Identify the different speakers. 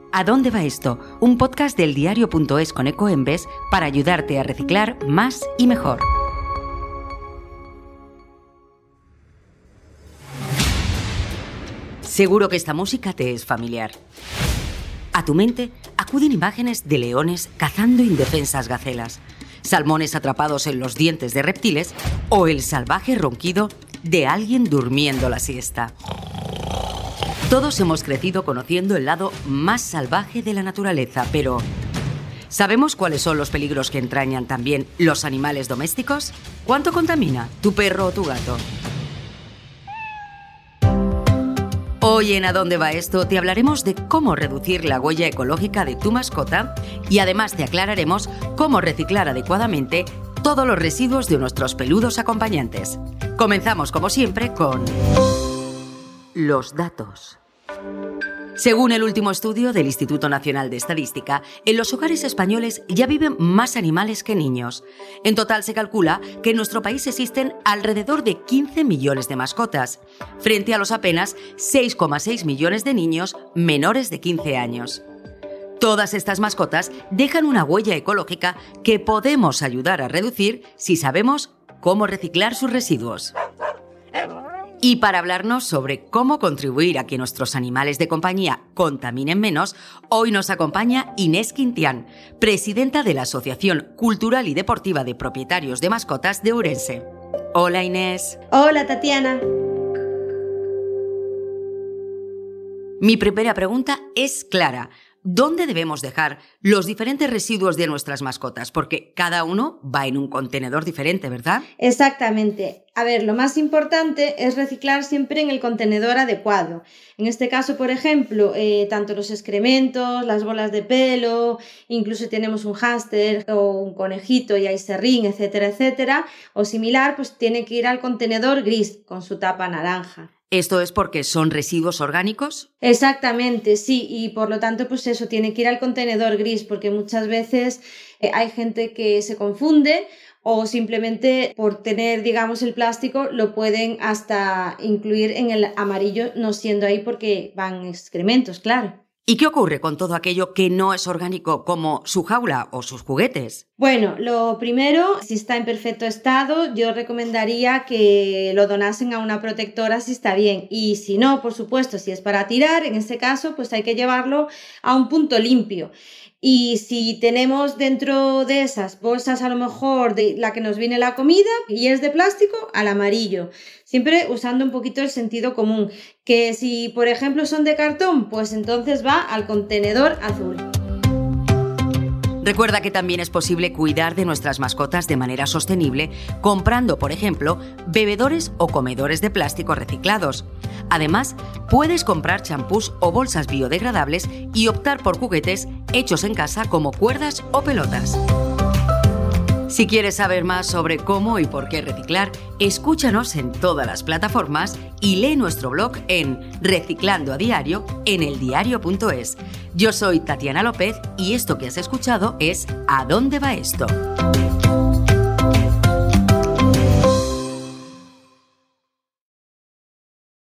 Speaker 1: ¿A dónde va esto? Un podcast del diario.es con Ecoembes para ayudarte a reciclar más y mejor. Seguro que esta música te es familiar. A tu mente acuden imágenes de leones cazando indefensas gacelas, salmones atrapados en los dientes de reptiles o el salvaje ronquido de alguien durmiendo la siesta. Todos hemos crecido conociendo el lado más salvaje de la naturaleza, pero ¿sabemos cuáles son los peligros que entrañan también los animales domésticos? ¿Cuánto contamina tu perro o tu gato? Hoy en ¿A dónde va esto? Te hablaremos de cómo reducir la huella ecológica de tu mascota y además te aclararemos cómo reciclar adecuadamente todos los residuos de nuestros peludos acompañantes. Comenzamos como siempre con los datos. Según el último estudio del Instituto Nacional de Estadística, en los hogares españoles ya viven más animales que niños. En total se calcula que en nuestro país existen alrededor de 15 millones de mascotas, frente a los apenas 6,6 millones de niños menores de 15 años. Todas estas mascotas dejan una huella ecológica que podemos ayudar a reducir si sabemos cómo reciclar sus residuos. Y para hablarnos sobre cómo contribuir a que nuestros animales de compañía contaminen menos, hoy nos acompaña Inés Quintián, presidenta de la Asociación Cultural y Deportiva de Propietarios de Mascotas de Ourense. Hola, Inés.
Speaker 2: Hola, Tatiana.
Speaker 1: Mi primera pregunta es clara. ¿Dónde debemos dejar los diferentes residuos de nuestras mascotas? Porque cada uno va en un contenedor diferente, ¿verdad?
Speaker 2: Exactamente. A ver, lo más importante es reciclar siempre en el contenedor adecuado. En este caso, por ejemplo, tanto los excrementos, las bolas de pelo, incluso tenemos un hámster o un conejito y hay serrín, etcétera, etcétera, o similar, pues tiene que ir al contenedor gris con su tapa naranja.
Speaker 1: ¿Esto es porque son residuos orgánicos?
Speaker 2: Exactamente, sí, y por lo tanto pues eso tiene que ir al contenedor gris porque muchas veces hay gente que se confunde o simplemente por tener, digamos, el plástico lo pueden hasta incluir en el amarillo, no siendo ahí porque van excrementos, claro.
Speaker 1: ¿Y qué ocurre con todo aquello que no es orgánico, como su jaula o sus juguetes?
Speaker 2: Bueno, lo primero, si está en perfecto estado, yo recomendaría que lo donasen a una protectora si está bien. Y si no, por supuesto, si es para tirar, en ese caso, pues hay que llevarlo a un punto limpio. Y si tenemos dentro de esas bolsas a lo mejor de la que nos viene la comida y es de plástico, al amarillo. Siempre usando un poquito el sentido común. Que si, por ejemplo, son de cartón, pues entonces va al contenedor azul.
Speaker 1: Recuerda que también es posible cuidar de nuestras mascotas de manera sostenible comprando, por ejemplo, bebedores o comedores de plástico reciclados. Además, puedes comprar champús o bolsas biodegradables y optar por juguetes hechos en casa como cuerdas o pelotas. Si quieres saber más sobre cómo y por qué reciclar, escúchanos en todas las plataformas y lee nuestro blog en Reciclando a Diario en eldiario.es. Yo soy Tatiana López y esto que has escuchado es ¿A dónde va esto?